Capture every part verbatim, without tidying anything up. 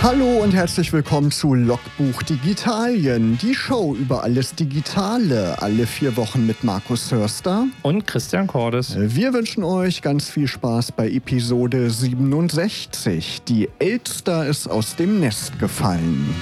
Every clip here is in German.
Hallo und herzlich willkommen zu Logbuch Digitalien, die Show über alles Digitale, alle vier Wochen mit Markus Hörster und Christian Cordes. Wir wünschen euch ganz viel Spaß bei Episode siebenundsechzig. Die Elster ist aus dem Nest gefallen.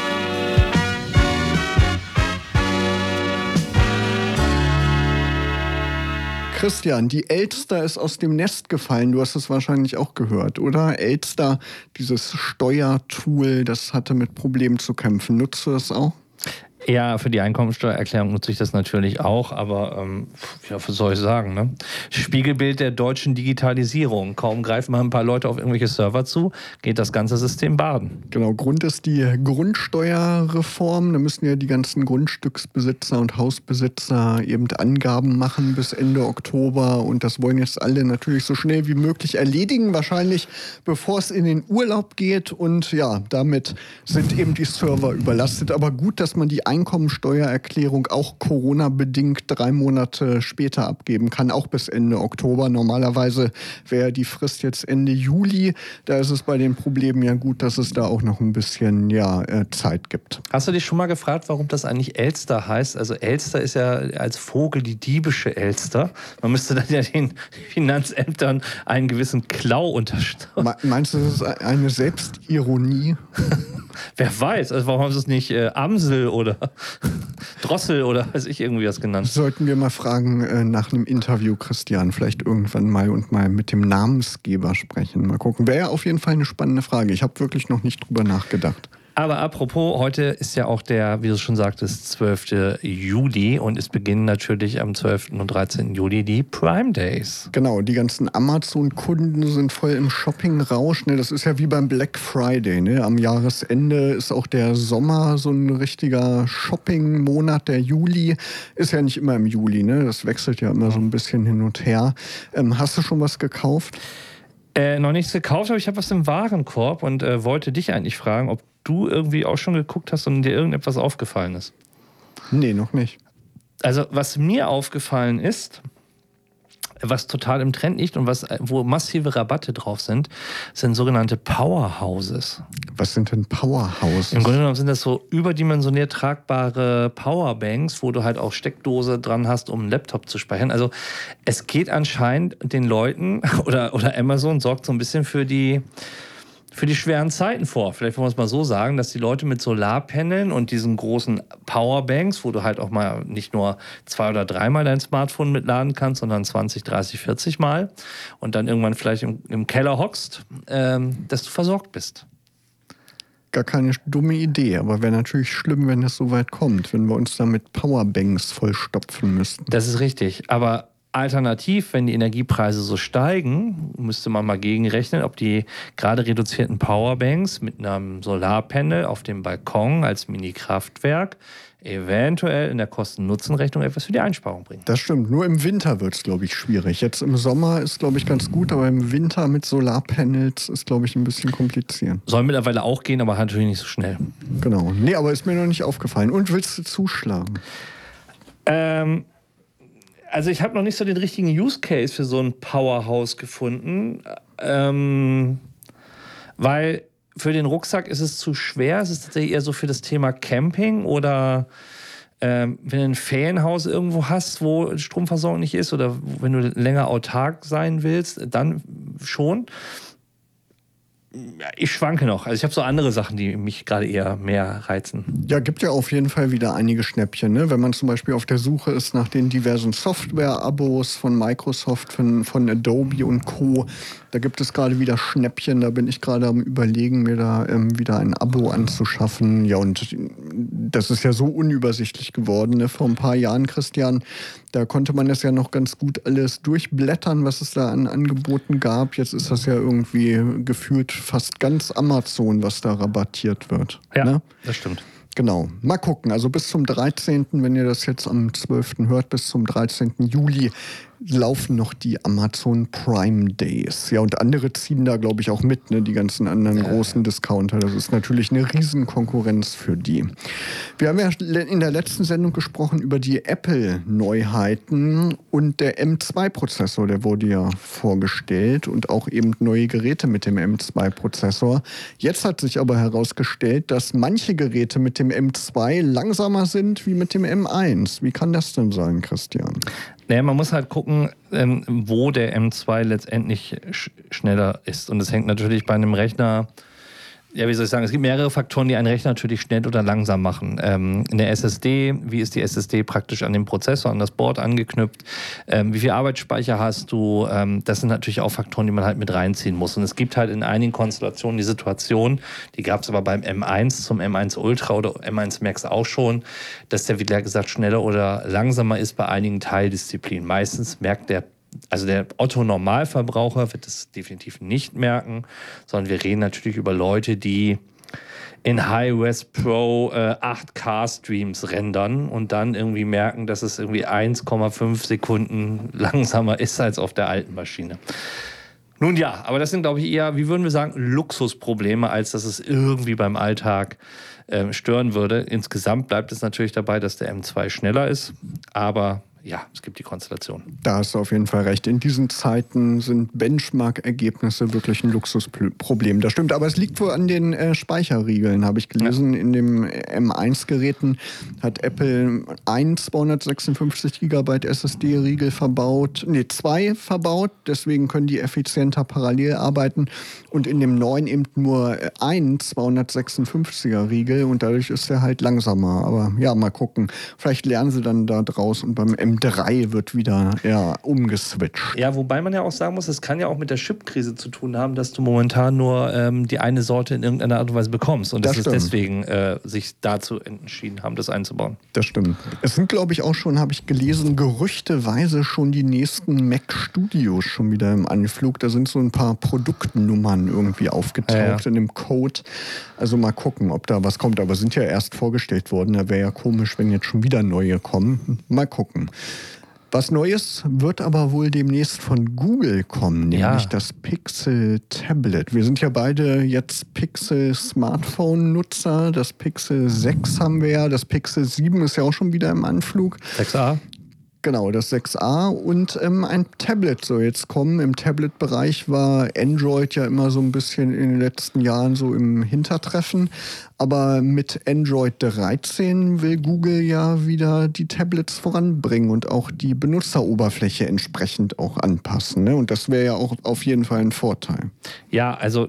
Christian, die Elster ist aus dem Nest gefallen. Du hast es wahrscheinlich auch gehört, oder? Elster, dieses Steuertool, das hatte mit Problemen zu kämpfen. Nutzt du das auch? Ja, für die Einkommensteuererklärung nutze ich das natürlich auch, aber ähm, ja, was soll ich sagen, ne? Spiegelbild der deutschen Digitalisierung. Kaum greifen mal ein paar Leute auf irgendwelche Server zu, geht das ganze System baden. Genau, Grund ist die Grundsteuerreform. Da müssen ja die ganzen Grundstücksbesitzer und Hausbesitzer eben Angaben machen bis Ende Oktober. Und das wollen jetzt alle natürlich so schnell wie möglich erledigen, wahrscheinlich bevor es in den Urlaub geht. Und ja, damit sind eben die Server überlastet. Aber gut, dass man die Einkommensteuererklärung auch Corona-bedingt drei Monate später abgeben kann, auch bis Ende Oktober. Normalerweise wäre die Frist jetzt Ende Juli. Da ist es bei den Problemen ja gut, dass es da auch noch ein bisschen ja, Zeit gibt. Hast du dich schon mal gefragt, warum das eigentlich Elster heißt? Also Elster ist ja als Vogel die diebische Elster. Man müsste dann ja den Finanzämtern einen gewissen Klau unterstellen. Meinst du, das ist eine Selbstironie? Wer weiß, also warum haben sie es nicht äh, Amsel oder Drossel oder weiß ich irgendwie was genannt? Sollten wir mal fragen äh, nach einem Interview, Christian, vielleicht irgendwann mal und mal mit dem Namensgeber sprechen. Mal gucken. Wäre ja auf jeden Fall eine spannende Frage. Ich habe wirklich noch nicht drüber nachgedacht. Aber apropos, heute ist ja auch der, wie du schon sagtest, zwölften Juli und es beginnen natürlich am zwölften und dreizehnten Juli die Prime Days. Genau, die ganzen Amazon-Kunden sind voll im Shopping-Rausch. Ne? Das ist ja wie beim Black Friday. Ne? Am Jahresende ist auch der Sommer so ein richtiger Shopping-Monat. Der Juli ist ja nicht immer im Juli. Ne? Das wechselt ja immer so ein bisschen hin und her. Ähm, hast du schon was gekauft? Äh, noch nichts gekauft, aber ich habe was im Warenkorb und äh, wollte dich eigentlich fragen, ob du irgendwie auch schon geguckt hast und dir irgendetwas aufgefallen ist. Nee, noch nicht. Also was mir aufgefallen ist, was total im Trend liegt und was, wo massive Rabatte drauf sind, sind sogenannte Powerhouses. Was sind denn Powerhouses? Im Grunde genommen sind das so überdimensioniert tragbare Powerbanks, wo du halt auch Steckdose dran hast, um einen Laptop zu speichern. Also es geht anscheinend den Leuten oder, oder Amazon sorgt so ein bisschen für die für die schweren Zeiten vor. Vielleicht wollen wir es mal so sagen, dass die Leute mit Solarpaneln und diesen großen Powerbanks, wo du halt auch mal nicht nur zwei- oder dreimal dein Smartphone mitladen kannst, sondern zwanzig, dreißig, vierzig Mal und dann irgendwann vielleicht im, im Keller hockst, ähm, dass du versorgt bist. Gar keine dumme Idee, aber wäre natürlich schlimm, wenn es so weit kommt, wenn wir uns da mit Powerbanks vollstopfen müssten. Das ist richtig, aber alternativ, wenn die Energiepreise so steigen, müsste man mal gegenrechnen, ob die gerade reduzierten Powerbanks mit einem Solarpanel auf dem Balkon als Mini-Kraftwerk eventuell in der Kosten-Nutzen-Rechnung etwas für die Einsparung bringen. Das stimmt. Nur im Winter wird es, glaube ich, schwierig. Jetzt im Sommer ist, glaube ich, ganz gut, aber im Winter mit Solarpanels ist, glaube ich, ein bisschen kompliziert. Soll mittlerweile auch gehen, aber natürlich nicht so schnell. Genau. Nee, aber ist mir noch nicht aufgefallen. Und willst du zuschlagen? Ähm... Also ich habe noch nicht so den richtigen Use Case für so ein Powerhouse gefunden, ähm, weil für den Rucksack ist es zu schwer. Es ist tatsächlich eher so für das Thema Camping oder ähm, wenn du ein Ferienhaus irgendwo hast, wo Stromversorgung nicht ist oder wenn du länger autark sein willst, dann schon. Ich schwanke noch. Also ich habe so andere Sachen, die mich gerade eher mehr reizen. Ja, gibt ja auf jeden Fall wieder einige Schnäppchen. Ne? Wenn man zum Beispiel auf der Suche ist nach den diversen Software-Abos von Microsoft, von, von Adobe und Co., da gibt es gerade wieder Schnäppchen. Da bin ich gerade am Überlegen, mir da ähm, wieder ein Abo anzuschaffen. Ja, und das ist ja so unübersichtlich geworden. Ne? Vor ein paar Jahren, Christian, da konnte man das ja noch ganz gut alles durchblättern, was es da an Angeboten gab. Jetzt ist das ja irgendwie gefühlt fast ganz Amazon, was da rabattiert wird. Ja, ne? Das stimmt. Genau. Mal gucken. Also bis zum dreizehnten, wenn ihr das jetzt am zwölften hört, bis zum dreizehnten Juli laufen noch die Amazon Prime Days. Ja, und andere ziehen da, glaube ich, auch mit, ne? Die ganzen anderen ja, großen ja. Discounter. Das ist natürlich eine Riesenkonkurrenz für die. Wir haben ja in der letzten Sendung gesprochen über die Apple-Neuheiten und der M zwei Prozessor, der wurde ja vorgestellt und auch eben neue Geräte mit dem M zwei Prozessor. Jetzt hat sich aber herausgestellt, dass manche Geräte mit dem M zwei langsamer sind wie mit dem M eins. Wie kann das denn sein, Christian? Naja, man muss halt gucken, ähm, wo der M zwei letztendlich sch- schneller ist. Und das hängt natürlich bei einem Rechner, ja, wie soll ich sagen, es gibt mehrere Faktoren, die einen Rechner natürlich schnell oder langsam machen. Ähm, in der S S D, wie ist die S S D praktisch an den Prozessor, an das Board angeknüpft? Ähm, wie viel Arbeitsspeicher hast du? Ähm, das sind natürlich auch Faktoren, die man halt mit reinziehen muss. Und es gibt halt in einigen Konstellationen die Situation, die gab es aber beim M eins zum M eins Ultra oder M eins Max auch schon, dass der, wie gesagt, schneller oder langsamer ist bei einigen Teildisziplinen. Meistens merkt der Also der Otto-Normalverbraucher wird es definitiv nicht merken, sondern wir reden natürlich über Leute, die in High-Res Pro äh, acht K-Streams rendern und dann irgendwie merken, dass es irgendwie eins Komma fünf Sekunden langsamer ist als auf der alten Maschine. Nun ja, aber das sind, glaube ich, eher, wie würden wir sagen, Luxusprobleme, als dass es irgendwie beim Alltag äh, stören würde. Insgesamt bleibt es natürlich dabei, dass der M zwei schneller ist, aber ja, es gibt die Konstellation. Da hast du auf jeden Fall recht. In diesen Zeiten sind Benchmark-Ergebnisse wirklich ein Luxusproblem. Das stimmt, aber es liegt wohl an den äh, Speicherriegeln, habe ich gelesen. Ja. In den M eins Geräten hat Apple ein zweihundertsechsundfünfzig Gigabyte S S D-Riegel verbaut, nee, zwei verbaut, deswegen können die effizienter parallel arbeiten. Und in dem neuen eben nur ein zweihundertsechsundfünfziger Riegel und dadurch ist er halt langsamer. Aber ja, mal gucken. Vielleicht lernen sie dann da draus und beim M drei wird wieder ja, umgeswitcht. Ja, wobei man ja auch sagen muss, es kann ja auch mit der Chip-Krise zu tun haben, dass du momentan nur ähm, die eine Sorte in irgendeiner Art und Weise bekommst. Und das, das ist deswegen äh, sich dazu entschieden haben, das einzubauen. Das stimmt. Es sind, glaube ich, auch schon, habe ich gelesen, gerüchteweise schon die nächsten Mac Studios schon wieder im Anflug. Da sind so ein paar Produktnummern irgendwie aufgetaucht ja, ja. in dem Code. Also mal gucken, ob da was kommt. Aber sind ja erst vorgestellt worden. Da wäre ja komisch, wenn jetzt schon wieder neue kommen. Mal gucken. Was Neues wird aber wohl demnächst von Google kommen, nämlich ja. das Pixel Tablet. Wir sind ja beide jetzt Pixel Smartphone-Nutzer. Das Pixel sechs haben wir ja, das Pixel sieben ist ja auch schon wieder im Anflug. sechs a? Genau, das sechs a und ähm, ein Tablet soll jetzt kommen. Im Tablet-Bereich war Android ja immer so ein bisschen in den letzten Jahren so im Hintertreffen. Aber mit Android dreizehn will Google ja wieder die Tablets voranbringen und auch die Benutzeroberfläche entsprechend auch anpassen. Ne? Und das wäre ja auch auf jeden Fall ein Vorteil. Ja, also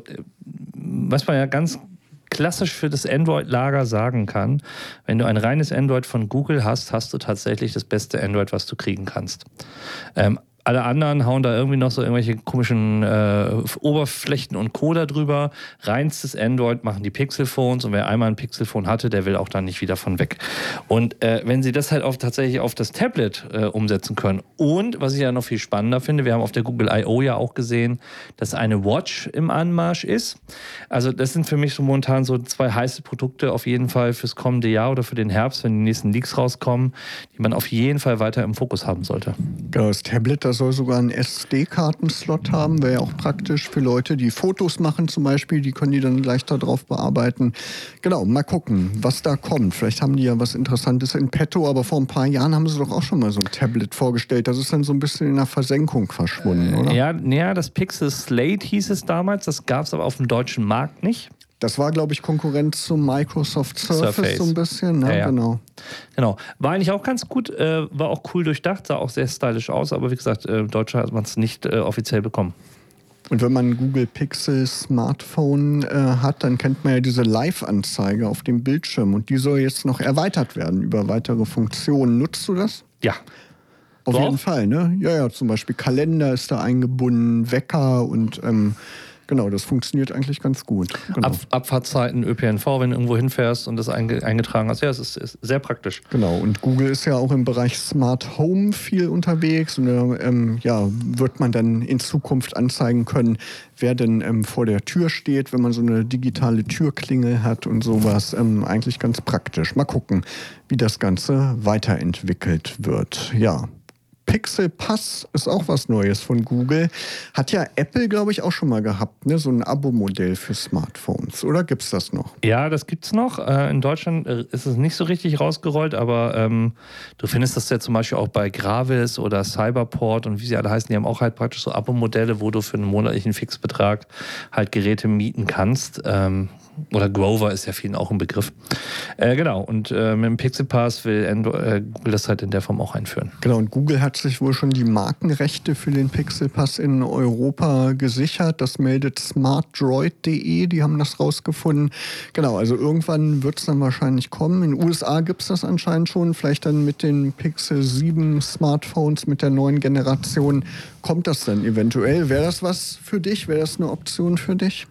was man ja ganz klassisch für das Android-Lager sagen kann, wenn du ein reines Android von Google hast, hast du tatsächlich das beste Android, was du kriegen kannst. Ähm, Alle anderen hauen da irgendwie noch so irgendwelche komischen äh, Oberflächen und Coder drüber. Reinstes Android machen die Pixel-Phones und wer einmal ein Pixel-Phone hatte, der will auch dann nicht wieder von weg. Und äh, wenn sie das halt auf, tatsächlich auf das Tablet äh, umsetzen können und, was ich ja noch viel spannender finde, wir haben auf der Google I O ja auch gesehen, dass eine Watch im Anmarsch ist. Also das sind für mich so momentan so zwei heiße Produkte auf jeden Fall fürs kommende Jahr oder für den Herbst, wenn die nächsten Leaks rauskommen, die man auf jeden Fall weiter im Fokus haben sollte. Genau, das Tablet, das soll sogar einen S D-Karten-Slot haben, wäre ja auch praktisch für Leute, die Fotos machen zum Beispiel, die können die dann leichter drauf bearbeiten. Genau, mal gucken, was da kommt. Vielleicht haben die ja was Interessantes in petto, aber vor ein paar Jahren haben sie doch auch schon mal so ein Tablet vorgestellt. Das ist dann so ein bisschen in der Versenkung verschwunden, oder? Ja, ja, das Pixel Slate hieß es damals, das gab es aber auf dem deutschen Markt nicht. Das war, glaube ich, Konkurrenz zum Microsoft Surface, Surface. so ein bisschen. Ne? Ja, ja. Genau. Genau. War eigentlich auch ganz gut, äh, war auch cool durchdacht, sah auch sehr stylisch aus, aber wie gesagt, äh, Deutscher hat man es nicht äh, offiziell bekommen. Und wenn man ein Google Pixel Smartphone äh, hat, dann kennt man ja diese Live-Anzeige auf dem Bildschirm und die soll jetzt noch erweitert werden über weitere Funktionen. Nutzt du das? Ja. Auf du jeden auch? Fall, ne? Ja, ja, zum Beispiel Kalender ist da eingebunden, Wecker und ähm, genau, das funktioniert eigentlich ganz gut. Genau. Ab, Abfahrtzeiten, Ö P N V, wenn du irgendwo hinfährst und das einge, eingetragen hast. Ja, es ist, ist sehr praktisch. Genau, und Google ist ja auch im Bereich Smart Home viel unterwegs. Und da ähm, ja, wird man dann in Zukunft anzeigen können, wer denn ähm, vor der Tür steht, wenn man so eine digitale Türklingel hat und sowas. Ähm, eigentlich ganz praktisch. Mal gucken, wie das Ganze weiterentwickelt wird. Ja. Pixel Pass ist auch was Neues von Google. Hat ja Apple, glaube ich, auch schon mal gehabt, ne? So ein Abo-Modell für Smartphones. Oder gibt es das noch? Ja, das gibt es noch. In Deutschland ist es nicht so richtig rausgerollt, aber ähm, du findest das ja zum Beispiel auch bei Gravis oder Cyberport und wie sie alle heißen, die haben auch halt praktisch so Abo-Modelle, wo du für einen monatlichen Fixbetrag halt Geräte mieten kannst. Ähm, Oder Grover ist ja vielen auch ein Begriff. Äh, genau, und äh, mit dem Pixel Pass will Andro- äh, Google das halt in der Form auch einführen. Genau, und Google hat sich wohl schon die Markenrechte für den Pixel Pass in Europa gesichert. Das meldet smartdroid punkt de, die haben das rausgefunden. Genau, also irgendwann wird es dann wahrscheinlich kommen. In den U S A gibt es das anscheinend schon, vielleicht dann mit den Pixel sieben Smartphones mit der neuen Generation. Kommt das dann eventuell? Wäre das was für dich? Wäre das eine Option für dich?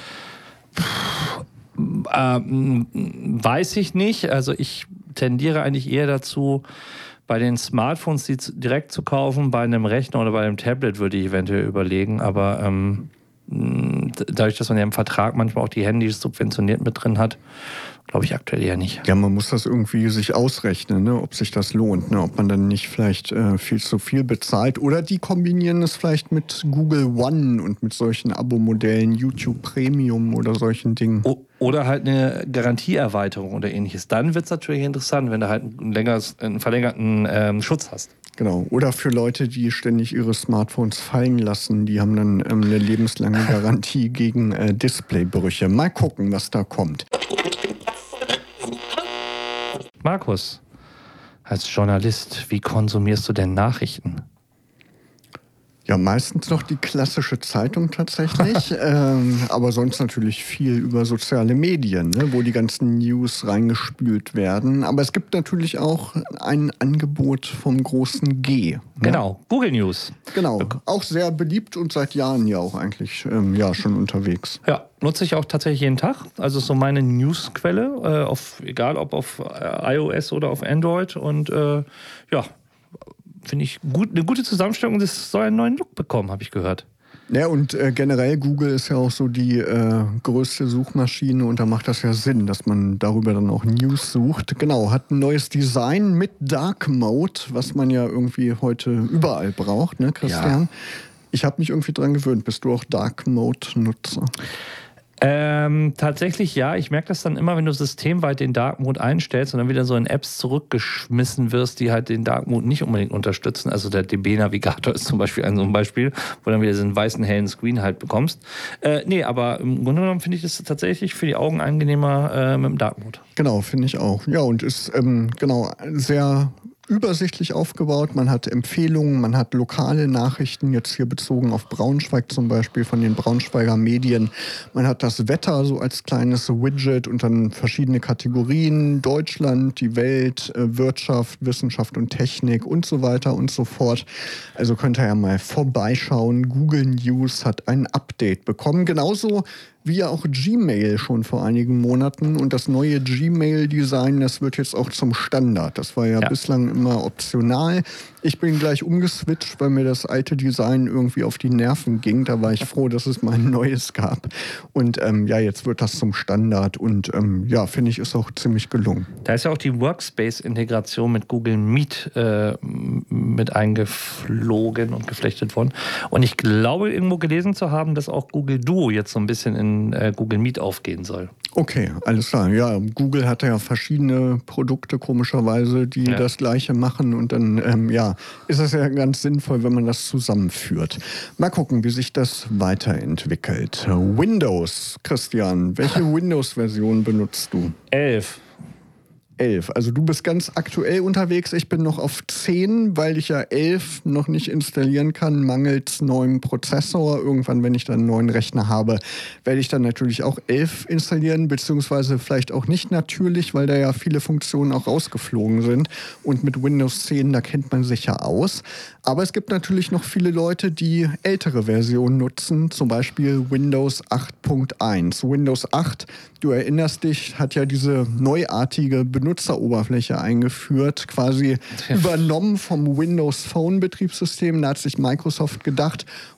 Ähm, weiß ich nicht. Also ich tendiere eigentlich eher dazu, bei den Smartphones die zu, direkt zu kaufen. Bei einem Rechner oder bei einem Tablet würde ich eventuell überlegen. Aber ähm, dadurch, dass man ja im Vertrag manchmal auch die Handys subventioniert mit drin hat, glaube ich aktuell eher nicht. Ja, man muss das irgendwie sich ausrechnen, ne, ob sich das lohnt, ne, ob man dann nicht vielleicht äh, viel zu viel bezahlt. Oder die kombinieren es vielleicht mit Google One und mit solchen Abo-Modellen, YouTube Premium oder solchen Dingen. O- oder halt eine Garantieerweiterung oder ähnliches. Dann wird es natürlich interessant, wenn du halt einen, längeres, einen verlängerten ähm, Schutz hast. Genau. Oder für Leute, die ständig ihre Smartphones fallen lassen, die haben dann ähm, eine lebenslange Garantie gegen äh, Displaybrüche. Mal gucken, was da kommt. Markus, als Journalist, wie konsumierst du denn Nachrichten? Ja, meistens noch die klassische Zeitung tatsächlich, ähm, aber sonst natürlich viel über soziale Medien, ne, wo die ganzen News reingespült werden. Aber es gibt natürlich auch ein Angebot vom großen G. Ne? Genau, Google News. Genau, auch sehr beliebt und seit Jahren ja auch eigentlich ähm, ja, schon unterwegs. Ja, nutze ich auch tatsächlich jeden Tag. Also so meine Newsquelle, äh, auf, egal ob auf äh, iOS oder auf Android. Und äh, ja, finde ich gut, eine gute Zusammenstellung. Das soll einen neuen Look bekommen, habe ich gehört. Ja, und äh, generell Google ist ja auch so die äh, größte Suchmaschine und da macht das ja Sinn, dass man darüber dann auch News sucht. Genau, hat ein neues Design mit Dark Mode, was man ja irgendwie heute überall braucht, ne, Christian? Ja. Ich habe mich irgendwie dran gewöhnt. Bist du auch Dark Mode-Nutzer? Ähm, tatsächlich ja. Ich merke das dann immer, wenn du systemweit den Dark Mode einstellst und dann wieder so in Apps zurückgeschmissen wirst, die halt den Dark Mode nicht unbedingt unterstützen. Also der D B-Navigator ist zum Beispiel ein so ein Beispiel, wo du dann wieder diesen weißen, hellen Screen halt bekommst. Äh, nee, aber im Grunde genommen finde ich das tatsächlich für die Augen angenehmer äh, mit dem Dark Mode. Genau, finde ich auch. Ja, und ist ähm, genau sehr übersichtlich aufgebaut. Man hat Empfehlungen, man hat lokale Nachrichten, jetzt hier bezogen auf Braunschweig zum Beispiel von den Braunschweiger Medien. Man hat das Wetter so als kleines Widget und dann verschiedene Kategorien, Deutschland, die Welt, Wirtschaft, Wissenschaft und Technik und so weiter und so fort. Also könnt ihr ja mal vorbeischauen. Google News hat ein Update bekommen, genauso wie ja auch Gmail schon vor einigen Monaten. Und das neue Gmail-Design, das wird jetzt auch zum Standard. Das war ja, ja bislang immer optional. Ich bin gleich umgeswitcht, weil mir das alte Design irgendwie auf die Nerven ging. Da war ich froh, dass es mal ein neues gab. Und ähm, ja, jetzt wird das zum Standard. Und ähm, ja, finde ich, ist auch ziemlich gelungen. Da ist ja auch die Workspace-Integration mit Google Meet äh, mit eingeflogen und geflechtet worden. Und ich glaube, irgendwo gelesen zu haben, dass auch Google Duo jetzt so ein bisschen in äh, Google Meet aufgehen soll. Okay, alles klar. Ja, Google hat ja verschiedene Produkte, komischerweise, die ja. das Gleiche machen. Und dann, ähm, ja, ist es ja ganz sinnvoll, wenn man das zusammenführt. Mal gucken, wie sich das weiterentwickelt. Windows, Christian, welche Windows-Version benutzt du? Elf. elf. Also du bist ganz aktuell unterwegs. Ich bin noch auf zehn, weil ich ja elf noch nicht installieren kann, mangels neuem Prozessor. Irgendwann, wenn ich dann einen neuen Rechner habe, werde ich dann natürlich auch elf installieren, beziehungsweise vielleicht auch nicht natürlich, weil da ja viele Funktionen auch rausgeflogen sind. Und mit Windows zehn, da kennt man sich ja aus. Aber es gibt natürlich noch viele Leute, die ältere Versionen nutzen, zum Beispiel Windows acht Punkt eins. Windows acht, du erinnerst dich, hat ja diese neuartige Benutzeroberfläche eingeführt, quasi ja. übernommen vom Windows Phone Betriebssystem. Da hat sich Microsoft gedacht,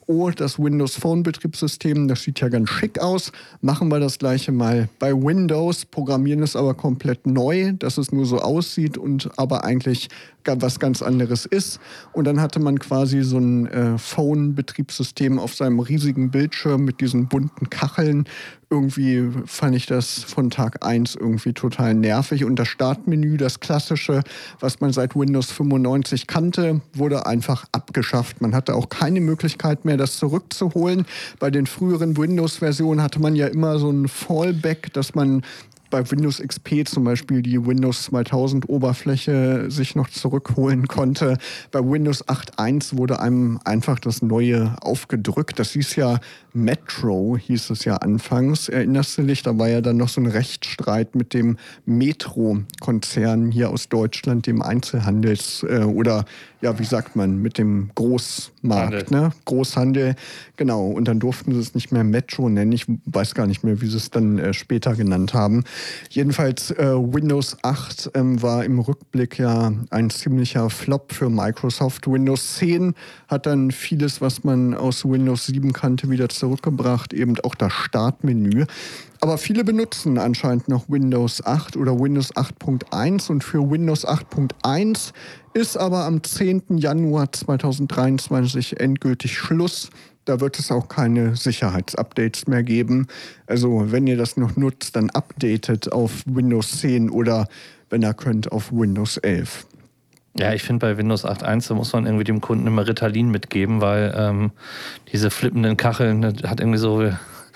oh, das Windows Phone Betriebssystem, das sieht ja ganz schick aus, machen wir das gleiche mal bei Windows, programmieren es aber komplett neu, dass es nur so aussieht und aber eigentlich was ganz anderes ist. Und dann hatte man quasi so ein äh, Phone-Betriebssystem auf seinem riesigen Bildschirm mit diesen bunten Kacheln. Irgendwie fand ich das von Tag eins irgendwie total nervig. Und das Startmenü, das klassische, was man seit Windows fünfundneunzig kannte, wurde einfach abgeschafft. Man hatte auch keine Möglichkeit mehr, das zurückzuholen. Bei den früheren Windows-Versionen hatte man ja immer so ein Fallback, dass man bei Windows X P zum Beispiel die Windows zweitausend Oberfläche sich noch zurückholen konnte. Bei Windows acht Punkt eins wurde einem einfach das Neue aufgedrückt. Das hieß ja Metro, hieß es ja anfangs. Erinnerst du dich? Da war ja dann noch so ein Rechtsstreit mit dem Metro-Konzern hier aus Deutschland, dem Einzelhandels- äh, oder ja, wie sagt man, mit dem Großmarkt, ne? Großhandel. Genau, und dann durften sie es nicht mehr Metro nennen. Ich weiß gar nicht mehr, wie sie es dann äh, später genannt haben. Jedenfalls äh, Windows acht ähm, war im Rückblick ja ein ziemlicher Flop für Microsoft. Windows zehn hat dann vieles, was man aus Windows sieben kannte, wieder zurückgebracht, eben auch das Startmenü. Aber viele benutzen anscheinend noch Windows acht oder Windows acht Punkt eins und für Windows acht Punkt eins ist aber am zehnten Januar zweitausenddreiundzwanzig endgültig Schluss. Da wird es auch keine Sicherheitsupdates mehr geben. Also wenn ihr das noch nutzt, dann updatet auf Windows zehn oder, wenn ihr könnt, auf Windows elf. Ja, ich finde bei Windows acht Punkt eins, da muss man irgendwie dem Kunden immer Ritalin mitgeben, weil ähm, diese flippenden Kacheln, das hat irgendwie so...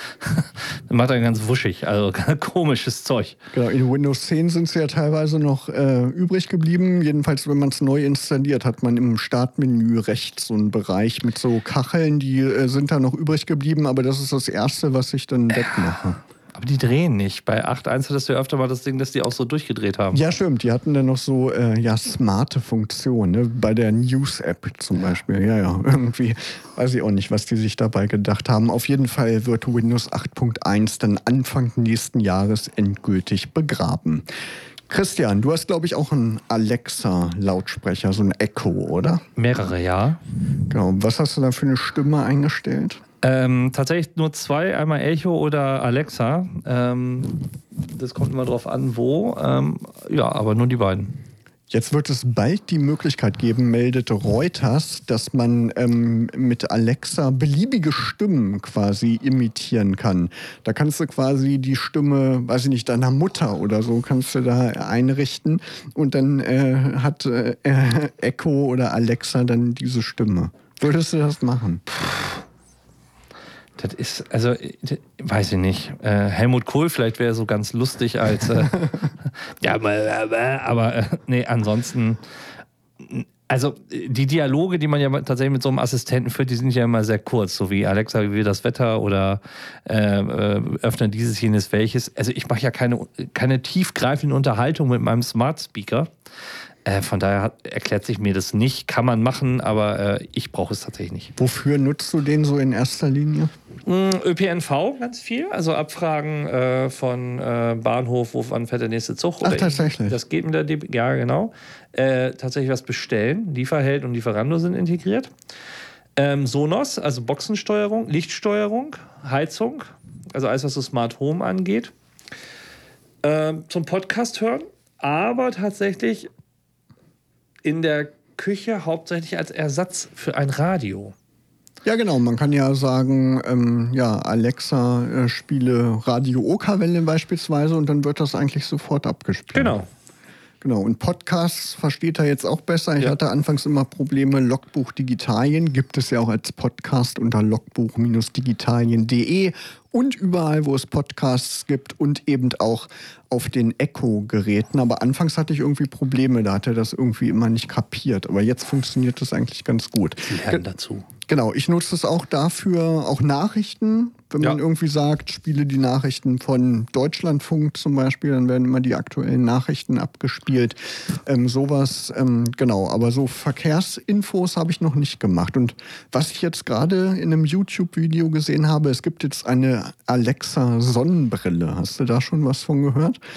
macht dann ganz wuschig, also komisches Zeug. Genau, in Windows zehn sind sie ja teilweise noch äh, übrig geblieben. Jedenfalls, wenn man es neu installiert, hat man im Startmenü rechts so einen Bereich mit so Kacheln, die äh, sind da noch übrig geblieben, aber das ist das Erste, was ich dann wegmache. Aber die drehen nicht. Bei acht Punkt eins hattest du ja öfter mal das Ding, dass die auch so durchgedreht haben. Ja, stimmt. Die hatten dann noch so äh, ja, smarte Funktionen. Ne? Bei der News-App zum Beispiel. Ja, ja. Irgendwie weiß ich auch nicht, was die sich dabei gedacht haben. Auf jeden Fall wird Windows acht Punkt eins dann Anfang nächsten Jahres endgültig begraben. Christian, du hast, glaube ich, auch einen Alexa-Lautsprecher, so ein Echo, oder? Mehrere, ja. Genau. Was hast du da für eine Stimme eingestellt? Ähm, tatsächlich nur zwei, einmal Echo oder Alexa. Ähm, das kommt immer drauf an, wo. Ähm, ja, aber nur die beiden. Jetzt wird es bald die Möglichkeit geben, meldet Reuters, dass man ähm, mit Alexa beliebige Stimmen quasi imitieren kann. Da kannst du quasi die Stimme, weiß ich nicht, deiner Mutter oder so, kannst du da einrichten und dann äh, hat äh, Echo oder Alexa dann diese Stimme. Würdest du das machen? Das ist, also, weiß ich nicht. Äh, Helmut Kohl vielleicht wäre so ganz lustig als, äh, ja, aber äh, nee, ansonsten, also die Dialoge, die man ja tatsächlich mit so einem Assistenten führt, die sind ja immer sehr kurz, so wie Alexa, wie wir das Wetter oder äh, öffne dieses, jenes, welches. Also ich mache ja keine, keine tiefgreifende Unterhaltung mit meinem Smart Speaker. Äh, von daher hat, erklärt sich mir das nicht. Kann man machen, aber äh, ich brauche es tatsächlich nicht. Wofür nutzt du den so in erster Linie? Ö P N V ganz viel. Also Abfragen äh, von äh, Bahnhof, wo wann fährt der nächste Zug. Ach, tatsächlich? Das geht mit der D B. Ja, genau. Äh, tatsächlich was bestellen. Lieferheld und Lieferando sind integriert. Ähm, Sonos, also Boxensteuerung, Lichtsteuerung, Heizung. Also alles, was so Smart Home angeht. Ähm, zum Podcast hören. Aber tatsächlich in der Küche hauptsächlich als Ersatz für ein Radio. Ja, genau. Man kann ja sagen, ähm, ja, Alexa, äh, spiele Radio Okerwelle beispielsweise und dann wird das eigentlich sofort abgespielt. Genau. Genau. Und Podcasts versteht er jetzt auch besser. Ich ja. hatte anfangs immer Probleme. Logbuch Digitalien gibt es ja auch als Podcast unter logbuch digitalien punkt de und überall, wo es Podcasts gibt und eben auch auf den Echo-Geräten. Aber anfangs hatte ich irgendwie Probleme, da hat er das irgendwie immer nicht kapiert. Aber jetzt funktioniert das eigentlich ganz gut. Wir lernen dazu. Genau, ich nutze es auch dafür, auch Nachrichten. Wenn man ja. irgendwie sagt, spiele die Nachrichten von Deutschlandfunk zum Beispiel, dann werden immer die aktuellen Nachrichten abgespielt. Ähm, sowas, ähm, genau. Aber so Verkehrsinfos habe ich noch nicht gemacht. Und was ich jetzt gerade in einem YouTube-Video gesehen habe, es gibt jetzt eine Alexa-Sonnenbrille. Hast du da schon was von gehört?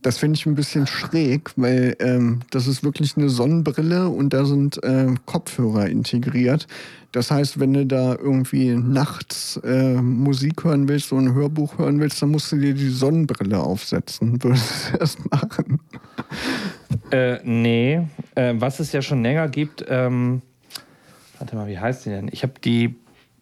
Das finde ich ein bisschen schräg, weil ähm, das ist wirklich eine Sonnenbrille und da sind äh, Kopfhörer integriert. Das heißt, wenn du da irgendwie nachts äh, Musik hören willst, so ein Hörbuch hören willst, dann musst du dir die Sonnenbrille aufsetzen. Würdest du das machen? Äh, nee. Äh, was es ja schon länger gibt, ähm, warte mal, wie heißt die denn? Ich habe die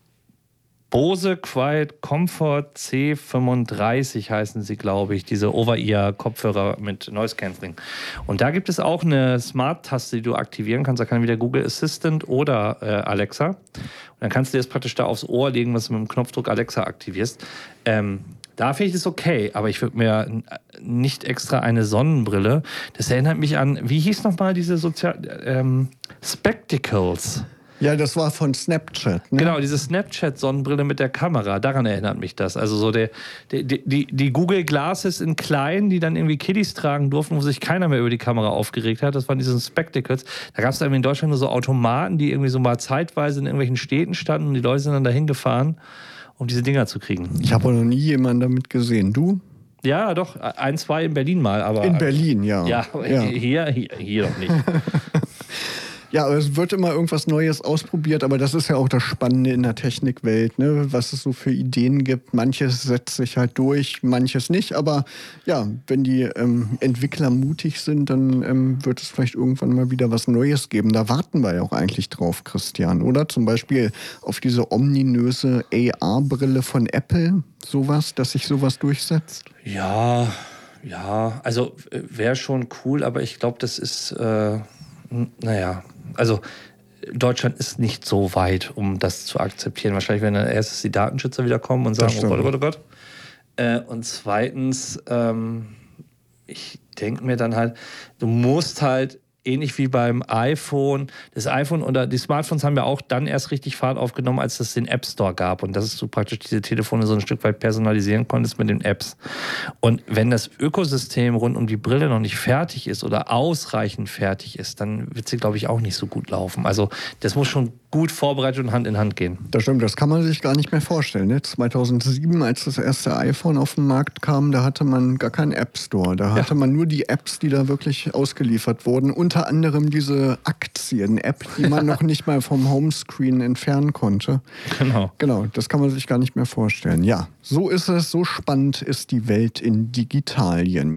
Bose Quiet Comfort C fünfunddreißig heißen sie, glaube ich, diese Over-Ear-Kopfhörer mit Noise Cancelling. Und da gibt es auch eine Smart-Taste, die du aktivieren kannst. Da kann wieder Google Assistant oder äh, Alexa. Und dann kannst du dir das praktisch da aufs Ohr legen, was du mit dem Knopfdruck Alexa aktivierst. Ähm, da finde ich es okay, aber ich würde mir nicht extra eine Sonnenbrille. Das erinnert mich an, wie hieß nochmal diese Sozial... Ähm, Spectacles. Ja, das war von Snapchat, ne? Genau, diese Snapchat-Sonnenbrille mit der Kamera, daran erinnert mich das. Also so der, die, die, die Google Glasses in klein, die dann irgendwie Kiddies tragen durften, wo sich keiner mehr über die Kamera aufgeregt hat. Das waren diese Spectacles. Da gab es irgendwie in Deutschland nur so Automaten, die irgendwie so mal zeitweise in irgendwelchen Städten standen und die Leute sind dann dahin gefahren, um diese Dinger zu kriegen. Ich habe noch nie jemanden damit gesehen. Du? Ja, doch, ein, zwei in Berlin mal. Aber in Berlin, ja. Ja, ja. Hier, hier, hier doch nicht. Ja, aber es wird immer irgendwas Neues ausprobiert, aber das ist ja auch das Spannende in der Technikwelt, ne? Was es so für Ideen gibt. Manches setzt sich halt durch, manches nicht. Aber ja, wenn die ähm, Entwickler mutig sind, dann ähm, wird es vielleicht irgendwann mal wieder was Neues geben. Da warten wir ja auch eigentlich drauf, Christian, oder? Zum Beispiel auf diese ominöse A R-Brille von Apple, sowas, dass sich sowas durchsetzt. Ja, ja, also wäre schon cool, aber ich glaube, das ist, äh, naja... Also Deutschland ist nicht so weit, um das zu akzeptieren. Wahrscheinlich werden dann erstens die Datenschützer wieder kommen und sagen, oh Gott, oh Gott, oh Gott. Äh, und zweitens, ähm, ich denke mir dann halt, du musst halt, ähnlich wie beim iPhone, das iPhone oder die Smartphones haben ja auch dann erst richtig Fahrt aufgenommen, als es den App Store gab und dass du praktisch diese Telefone so ein Stück weit personalisieren konntest mit den Apps. Und wenn das Ökosystem rund um die Brille noch nicht fertig ist oder ausreichend fertig ist, dann wird sie, glaube ich, auch nicht so gut laufen. Also das muss schon gut vorbereitet und Hand in Hand gehen. Das stimmt, das kann man sich gar nicht mehr vorstellen. Ne? zweitausendsieben, als das erste iPhone auf den Markt kam, da hatte man gar keinen App Store. Da hatte ja. man nur die Apps, die da wirklich ausgeliefert wurden. Unter anderem diese Aktien-App, die man noch nicht mal vom Homescreen entfernen konnte. Genau. Genau, das kann man sich gar nicht mehr vorstellen. Ja, so ist es, so spannend ist die Welt in Digitalien.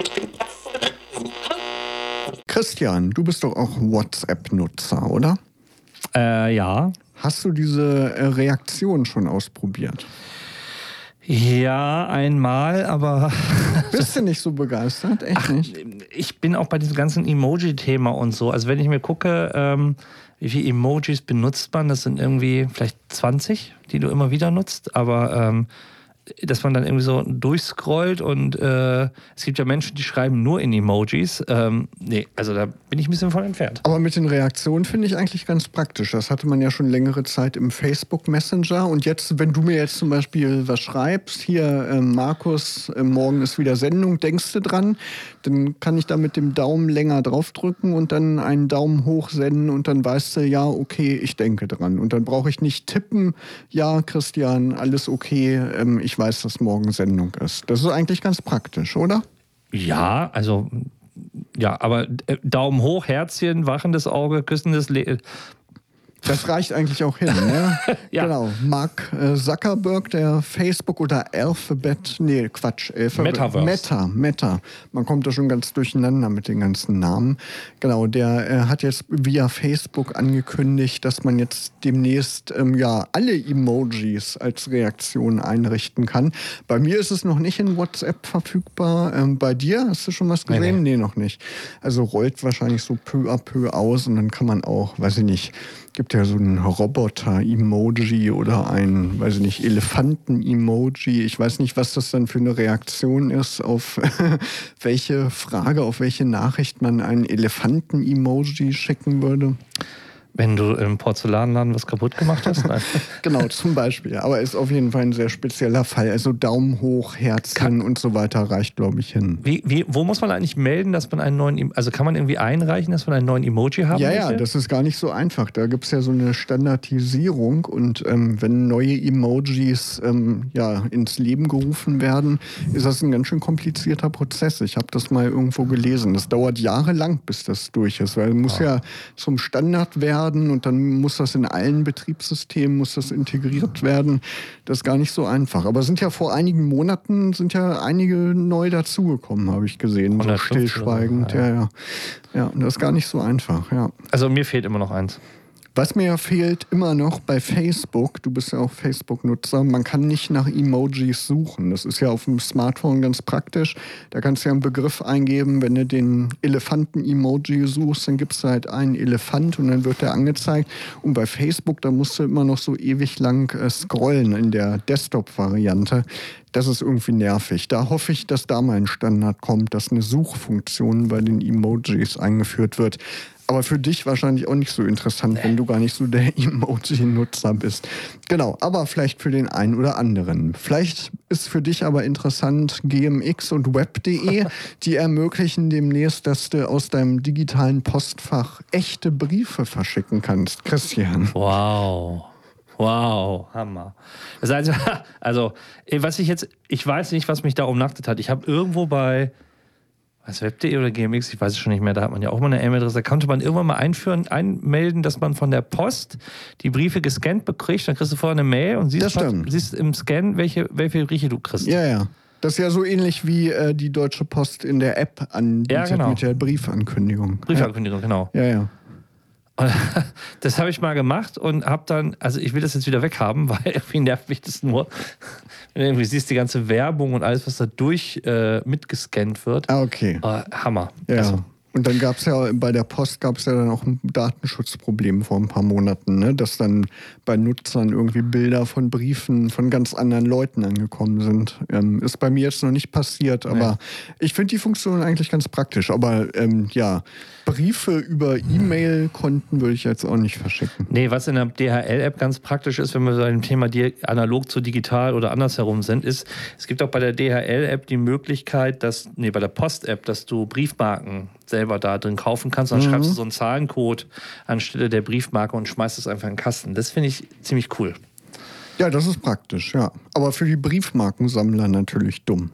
Christian, du bist doch auch WhatsApp-Nutzer, oder? Äh, ja. Hast du diese äh, Reaktion schon ausprobiert? Ja, einmal, aber... Bist du nicht so begeistert? Echt Ach, nicht? Ich bin auch bei diesem ganzen Emoji-Thema und so. Also wenn ich mir gucke, ähm, wie viele Emojis benutzt man, das sind irgendwie vielleicht zwanzig, die du immer wieder nutzt, aber... Ähm, dass man dann irgendwie so durchscrollt und äh, es gibt ja Menschen, die schreiben nur in Emojis. Ähm, nee, also da bin ich ein bisschen von entfernt. Aber mit den Reaktionen finde ich eigentlich ganz praktisch. Das hatte man ja schon längere Zeit im Facebook Messenger. Und jetzt, wenn du mir jetzt zum Beispiel was schreibst, hier äh, Markus, äh, morgen ist wieder Sendung, denkst du dran? Dann kann ich da mit dem Daumen länger draufdrücken und dann einen Daumen hoch senden und dann weißt du, ja, okay, ich denke dran. Und dann brauche ich nicht tippen, ja, Christian, alles okay, ähm, ich weiß, dass morgen Sendung ist. Das ist eigentlich ganz praktisch, oder? Ja, also, ja, aber Daumen hoch, Herzchen, wachendes Auge, küssendes Le Das reicht eigentlich auch hin, ne? Ja. Genau. Mark Zuckerberg, der Facebook oder Alphabet, nee, Quatsch, Alphabet. Metaverse. Meta, Meta. Man kommt da schon ganz durcheinander mit den ganzen Namen. Genau, der äh, hat jetzt via Facebook angekündigt, dass man jetzt demnächst ähm, ja alle Emojis als Reaktion einrichten kann. Bei mir ist es noch nicht in WhatsApp verfügbar. Ähm, bei dir, hast du schon was gesehen? Nee, nee. nee, noch nicht. Also rollt wahrscheinlich so peu à peu aus und dann kann man auch, weiß ich nicht, gibt ja so ein Roboter-Emoji oder ein, weiß ich nicht, Elefanten-Emoji. Ich weiß nicht, was das dann für eine Reaktion ist, auf welche Frage, auf welche Nachricht man ein Elefanten-Emoji schicken würde. Wenn du im Porzellanladen was kaputt gemacht hast? Nein. Genau, zum Beispiel. Aber ist auf jeden Fall ein sehr spezieller Fall. Also Daumen hoch, Herzchen kann, und so weiter reicht, glaube ich, hin. Wie, wie, wo muss man eigentlich melden, dass man einen neuen, also kann man irgendwie einreichen, dass man einen neuen Emoji haben Ja, möchte? ja, das ist gar nicht so einfach. Da gibt es ja so eine Standardisierung und ähm, wenn neue Emojis ähm, ja, ins Leben gerufen werden, ist das ein ganz schön komplizierter Prozess. Ich habe das mal irgendwo gelesen. Das dauert jahrelang, bis das durch ist, weil es muss oh. ja zum Standard werden und dann muss das in allen Betriebssystemen muss das integriert werden. Das ist gar nicht so einfach. Aber sind ja vor einigen Monaten sind ja einige neu dazugekommen, habe ich gesehen. So stillschweigend. Ja, ja. Ja, und das ist gar nicht so einfach, ja. Also mir fehlt immer noch eins. Was mir ja fehlt immer noch bei Facebook, du bist ja auch Facebook-Nutzer, man kann nicht nach Emojis suchen. Das ist ja auf dem Smartphone ganz praktisch. Da kannst du ja einen Begriff eingeben, wenn du den Elefanten-Emoji suchst, dann gibst du halt einen Elefant und dann wird der angezeigt. Und bei Facebook, da musst du immer noch so ewig lang äh, scrollen in der Desktop-Variante. Das ist irgendwie nervig. Da hoffe ich, dass da mal ein Standard kommt, dass eine Suchfunktion bei den Emojis eingeführt wird. Aber für dich wahrscheinlich auch nicht so interessant, nee. wenn du gar nicht so der Emoji-Nutzer bist. Genau, aber vielleicht für den einen oder anderen. Vielleicht ist für dich aber interessant G M X und web punkt de. Die ermöglichen demnächst, dass du aus deinem digitalen Postfach echte Briefe verschicken kannst. Christian. Wow. Wow, Hammer. Das also, also, was ich jetzt, ich weiß nicht, was mich da umnachtet hat. Ich habe irgendwo bei was web punkt de oder G M X, ich weiß es schon nicht mehr, da hat man ja auch mal eine E-Mail-Adresse, da konnte man irgendwann mal einführen, einmelden, dass man von der Post die Briefe gescannt bekriegt, dann kriegst du vorher eine Mail und siehst, was, siehst im Scan, welche, welche Briefe du kriegst. Ja, ja. Das ist ja so ähnlich wie äh, die Deutsche Post in der App anbietet ja, genau. mit der Briefankündigung. Briefankündigung, ja. genau. Ja, ja. Und das habe ich mal gemacht und habe dann, also ich will das jetzt wieder weghaben, weil irgendwie nervt mich das nur. Wenn du irgendwie siehst, die ganze Werbung und alles, was da durch äh, mitgescannt wird. Ah, okay. Oh, Hammer. Ja. Also. Und dann gab es ja, bei der Post gab es ja dann auch ein Datenschutzproblem vor ein paar Monaten, ne? Dass dann bei Nutzern irgendwie Bilder von Briefen von ganz anderen Leuten angekommen sind. Ähm, ist bei mir jetzt noch nicht passiert, aber nee. Ich finde die Funktion eigentlich ganz praktisch. Aber ähm, ja, Briefe über E-Mail-Konten würde ich jetzt auch nicht verschicken. Nee, was in der D H L-App ganz praktisch ist, wenn wir bei dem Thema analog zu digital oder andersherum sind, ist, es gibt auch bei der D H L-App die Möglichkeit, dass, nee, bei der Post-App, dass du Briefmarken selber da drin kaufen kannst. Dann mhm. schreibst du so einen Zahlencode anstelle der Briefmarke und schmeißt es einfach in den Kasten. Das finde ich ziemlich cool. Ja, das ist praktisch, ja. Aber für die Briefmarkensammler natürlich dumm.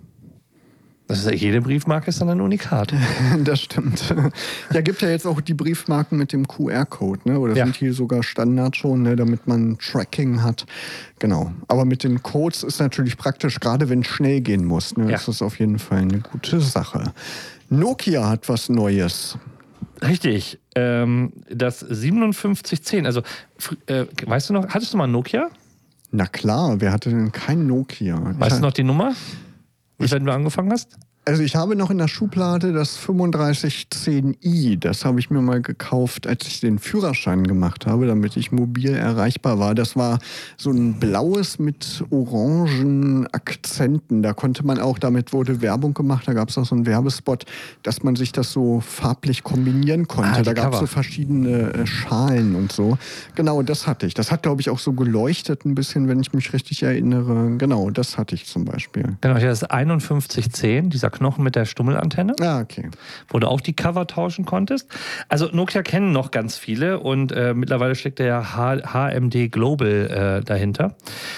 Das ist ja, jede Briefmarke ist dann ein Unikat. Das stimmt. Ja, gibt ja jetzt auch die Briefmarken mit dem Q R-Code, ne? Oder ja. sind hier sogar Standard schon, ne? Damit man Tracking hat. Genau. Aber mit den Codes ist natürlich praktisch, gerade wenn es schnell gehen muss. Ne? Ja. Das ist auf jeden Fall eine gute Sache. Nokia hat was Neues. Richtig. Ähm, das siebenundfünfzig zehn. Also, äh, weißt du noch, hattest du mal ein Nokia? Na klar, wer hatte denn kein Nokia? Weißt du noch die Nummer? Wenn du angefangen hast? Also ich habe noch in der Schublade das fünfunddreißig zehn i. Das habe ich mir mal gekauft, als ich den Führerschein gemacht habe, damit ich mobil erreichbar war. Das war so ein blaues mit orangen Akzenten. Da konnte man auch, damit wurde Werbung gemacht, da gab es auch so einen Werbespot, dass man sich das so farblich kombinieren konnte. Ah, da gab es so verschiedene äh, Schalen und so. Genau, das hatte ich. Das hat, glaube ich, auch so geleuchtet ein bisschen, wenn ich mich richtig erinnere. Genau, das hatte ich zum Beispiel. Genau, das einundfünfzig zehn, dieser Knochen mit der Stummelantenne. Ah, okay. Wo du auch die Cover tauschen konntest. Also Nokia kennen noch ganz viele und äh, mittlerweile steckt ja H M D Global äh, dahinter.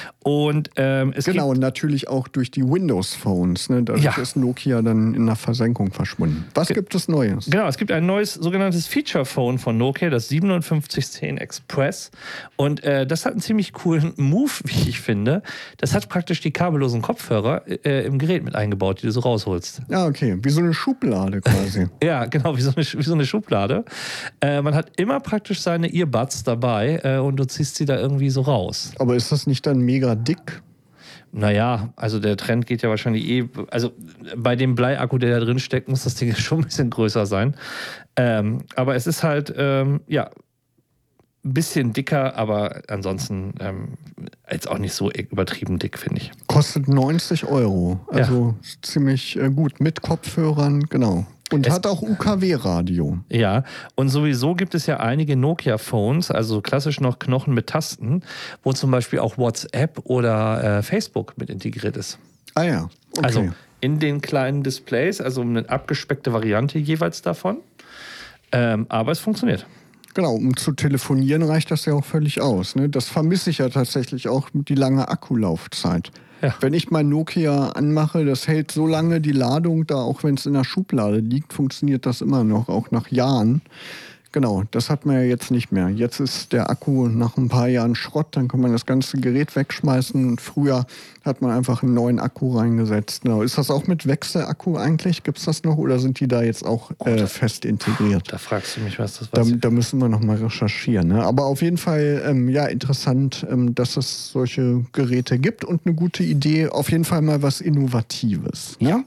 Und ähm, es genau, gibt natürlich auch durch die Windows-Phones. Ne? Dadurch ja. ist Nokia dann in der Versenkung verschwunden. Was Ge- gibt es Neues? Genau, es gibt ein neues sogenanntes Feature-Phone von Nokia, das siebenundfünfzig zehn Express. Und äh, das hat einen ziemlich coolen Move, wie ich finde. Das hat praktisch die kabellosen Kopfhörer äh, im Gerät mit eingebaut, die du so rausholst. Ja, okay. Wie so eine Schublade quasi. Ja, genau, wie so eine, wie so eine Schublade. Äh, man hat immer praktisch seine Earbuds dabei äh, und du ziehst sie da irgendwie so raus. Aber ist das nicht dann mega dick? Naja, also der Trend geht ja wahrscheinlich eh, also bei dem Bleiakku, der da drin steckt, muss das Ding schon ein bisschen größer sein. Ähm, aber es ist halt, ähm, ja, ein bisschen dicker, aber ansonsten ähm, jetzt auch nicht so übertrieben dick, finde ich. Kostet neunzig Euro, also ja. ziemlich äh, gut, mit Kopfhörern, genau. Und es hat auch U K W-Radio. Ja, und sowieso gibt es ja einige Nokia-Phones, also klassisch noch Knochen mit Tasten, wo zum Beispiel auch WhatsApp oder äh, Facebook mit integriert ist. Ah ja, okay. Also in den kleinen Displays, also eine abgespeckte Variante jeweils davon. Ähm, aber es funktioniert. Genau, um zu telefonieren reicht das ja auch völlig aus. Ne? Das vermisse ich ja tatsächlich auch, die lange Akkulaufzeit. Ja. Wenn ich mein Nokia anmache, das hält so lange die Ladung da, auch wenn es in der Schublade liegt, funktioniert das immer noch, auch nach Jahren. Genau, das hat man ja jetzt nicht mehr. Jetzt ist der Akku nach ein paar Jahren Schrott, dann kann man das ganze Gerät wegschmeißen. Und früher hat man einfach einen neuen Akku reingesetzt. Genau. Ist das auch mit Wechselakku eigentlich? Gibt es das noch oder sind die da jetzt auch äh, oh, fest integriert? Da fragst du mich, was das war. Da, da müssen wir nochmal recherchieren. Ne? Aber auf jeden Fall ähm, ja, interessant, ähm, dass es solche Geräte gibt und eine gute Idee. Auf jeden Fall mal was Innovatives. Ja?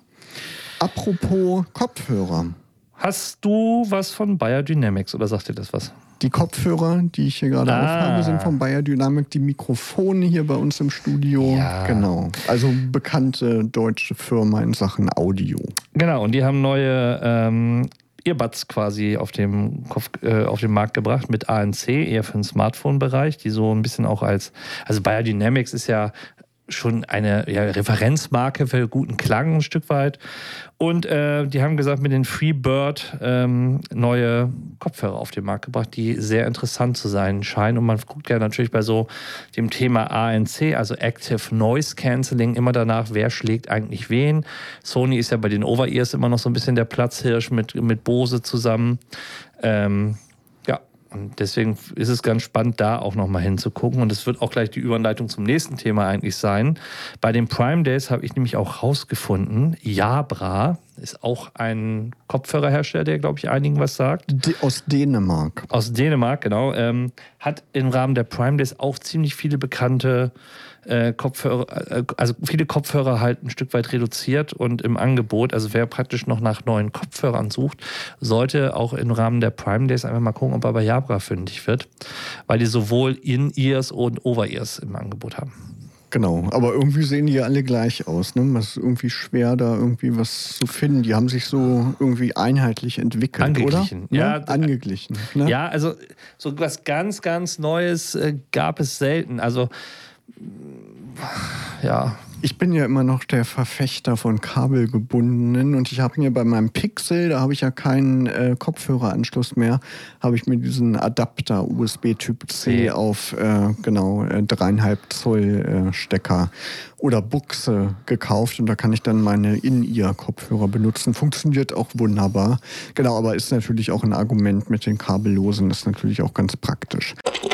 Apropos Kopfhörer. Hast du was von Beyerdynamics oder sagt dir das was? Die Kopfhörer, die ich hier gerade ah. aufhabe, sind von Beyerdynamic. Die Mikrofone hier bei uns im Studio. Ja. Genau. Also bekannte deutsche Firma in Sachen Audio. Genau, und die haben neue ähm, Earbuds quasi auf dem, Kopf, äh, auf den Markt gebracht mit A N C, eher für den Smartphone-Bereich, die so ein bisschen auch als, also Beyerdynamics ist ja schon eine ja, Referenzmarke für guten Klang ein Stück weit. Und äh, die haben gesagt, mit den Freebird ähm, neue Kopfhörer auf den Markt gebracht, die sehr interessant zu sein scheinen. Und man guckt ja natürlich bei so dem Thema A N C, also Active Noise Cancelling, immer danach, wer schlägt eigentlich wen. Sony ist ja bei den Over-Ears immer noch so ein bisschen der Platzhirsch mit, mit Bose zusammen. Ähm, Und deswegen ist es ganz spannend, da auch nochmal hinzugucken. Und es wird auch gleich die Überleitung zum nächsten Thema eigentlich sein. Bei den Prime Days habe ich nämlich auch rausgefunden, Jabra ist auch ein Kopfhörerhersteller, der, glaube ich, einigen was sagt. Die, aus Dänemark. Aus Dänemark, genau. Ähm, hat im Rahmen der Prime Days auch ziemlich viele bekannte äh, Kopfhörer, äh, also viele Kopfhörer halt ein Stück weit reduziert und im Angebot. Also wer praktisch noch nach neuen Kopfhörern sucht, sollte auch im Rahmen der Prime Days einfach mal gucken, ob er bei Jabra fündig wird. Weil die sowohl In-Ears und Over-Ears im Angebot haben. Genau, aber irgendwie sehen die ja alle gleich aus. Ne? Es ist irgendwie schwer, da irgendwie was zu finden. Die haben sich so irgendwie einheitlich entwickelt, Angeglichen. oder? Ja, ne? Angeglichen. Ne? Ja, also so was ganz, ganz Neues äh, gab es selten. Also, ja. Ich bin ja immer noch der Verfechter von kabelgebundenen und ich habe mir bei meinem Pixel, da habe ich ja keinen äh, Kopfhöreranschluss mehr, habe ich mir diesen Adapter U S B Typ C ja. auf äh, genau äh, dreieinhalb Zoll äh, Stecker oder Buchse gekauft und da kann ich dann meine In-Ear-Kopfhörer benutzen. Funktioniert auch wunderbar. Genau, aber ist natürlich auch ein Argument mit den kabellosen, ist natürlich auch ganz praktisch.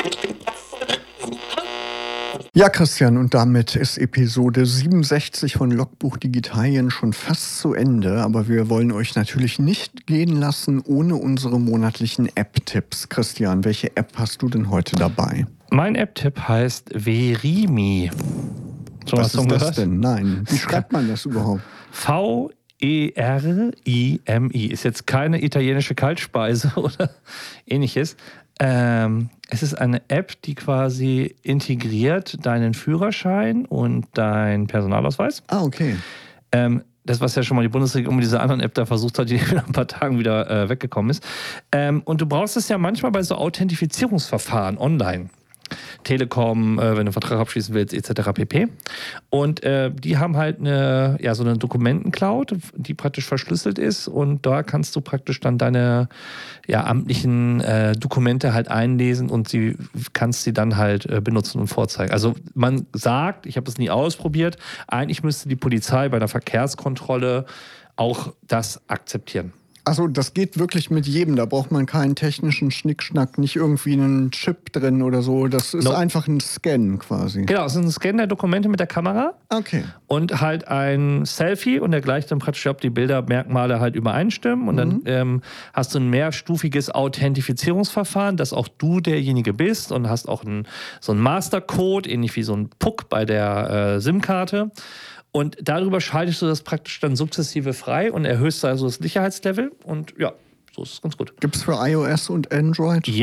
Ja, Christian, und damit ist Episode siebenundsechzig von Logbuch Digitalien schon fast zu Ende, aber wir wollen euch natürlich nicht gehen lassen ohne unsere monatlichen App-Tipps. Christian, welche App hast du denn heute dabei? Mein App-Tipp heißt Verimi. So, was ist das denn? Nein, wie schreibt man das überhaupt? V E R I M I. Ist jetzt keine italienische Kaltspeise oder ähnliches. Ähm, es ist eine App, die quasi integriert deinen Führerschein und deinen Personalausweis. Ah, okay. Ähm, das, was ja schon mal die Bundesregierung mit dieser anderen App da versucht hat, die nach ein paar Tagen wieder äh, weggekommen ist. Ähm, und du brauchst es ja manchmal bei so Authentifizierungsverfahren online. Telekom, äh, wenn du einen Vertrag abschließen willst, et cetera pp. Und äh, die haben halt eine, ja, so eine Dokumentencloud, die praktisch verschlüsselt ist und da kannst du praktisch dann deine ja, amtlichen äh, Dokumente halt einlesen und sie kannst sie dann halt äh, benutzen und vorzeigen. Also man sagt, ich habe es nie ausprobiert, eigentlich müsste die Polizei bei einer Verkehrskontrolle auch das akzeptieren. Also das geht wirklich mit jedem, da braucht man keinen technischen Schnickschnack, nicht irgendwie einen Chip drin oder so, das ist no. einfach ein Scan quasi. Genau, es ist ein Scan der Dokumente mit der Kamera. Okay. Und halt ein Selfie und der gleicht dann praktisch, ob die Bildermerkmale halt übereinstimmen und mhm. dann ähm, hast du ein mehrstufiges Authentifizierungsverfahren, dass auch du derjenige bist und hast auch ein, so einen Mastercode, ähnlich wie so ein Puck bei der äh, SIM-Karte. Und darüber schaltest du das praktisch dann sukzessive frei und erhöhst also das Sicherheitslevel. Und ja, so ist es ganz gut. Gibt es für iOS und Android? Yes.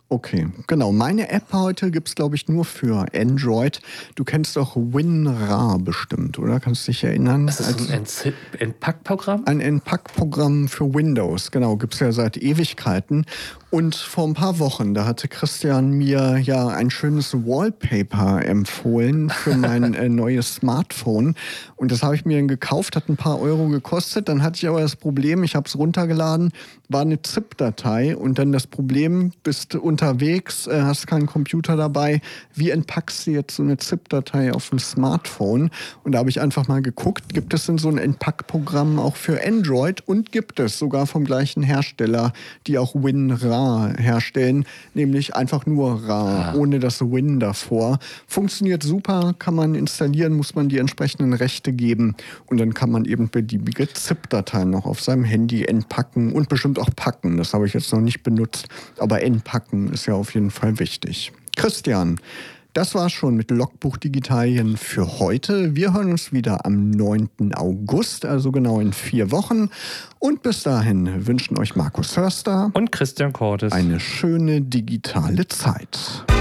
Okay, genau. Meine App heute gibt es, glaube ich, nur für Android. Du kennst doch WinRAR bestimmt, oder? Kannst du dich erinnern? Das ist Als ein Entz- Entpackprogramm? Ein Entpackprogramm für Windows, genau. Gibt es ja seit Ewigkeiten. Und vor ein paar Wochen, da hatte Christian mir ja ein schönes Wallpaper empfohlen für mein äh, neues Smartphone. Und das habe ich mir gekauft, hat ein paar Euro gekostet. Dann hatte ich aber das Problem, ich habe es runtergeladen, war eine ZIP-Datei. Und dann das Problem, bist unterwegs, äh, hast keinen Computer dabei. Wie entpackst du jetzt so eine ZIP-Datei auf dem Smartphone? Und da habe ich einfach mal geguckt, gibt es denn so ein Entpackprogramm auch für Android? Und gibt es sogar vom gleichen Hersteller, die auch WinRAR herstellen, nämlich einfach nur RAR, ah. ohne das Win davor. Funktioniert super, kann man installieren, muss man die entsprechenden Rechte geben und dann kann man eben beliebige ZIP-Dateien noch auf seinem Handy entpacken und bestimmt auch packen. Das habe ich jetzt noch nicht benutzt, aber entpacken ist ja auf jeden Fall wichtig. Christian, das war's schon mit Logbuch Digitalien für heute. Wir hören uns wieder am neunten August, also genau in vier Wochen. Und bis dahin wünschen euch Markus Hörster und Christian Cortes eine schöne digitale Zeit.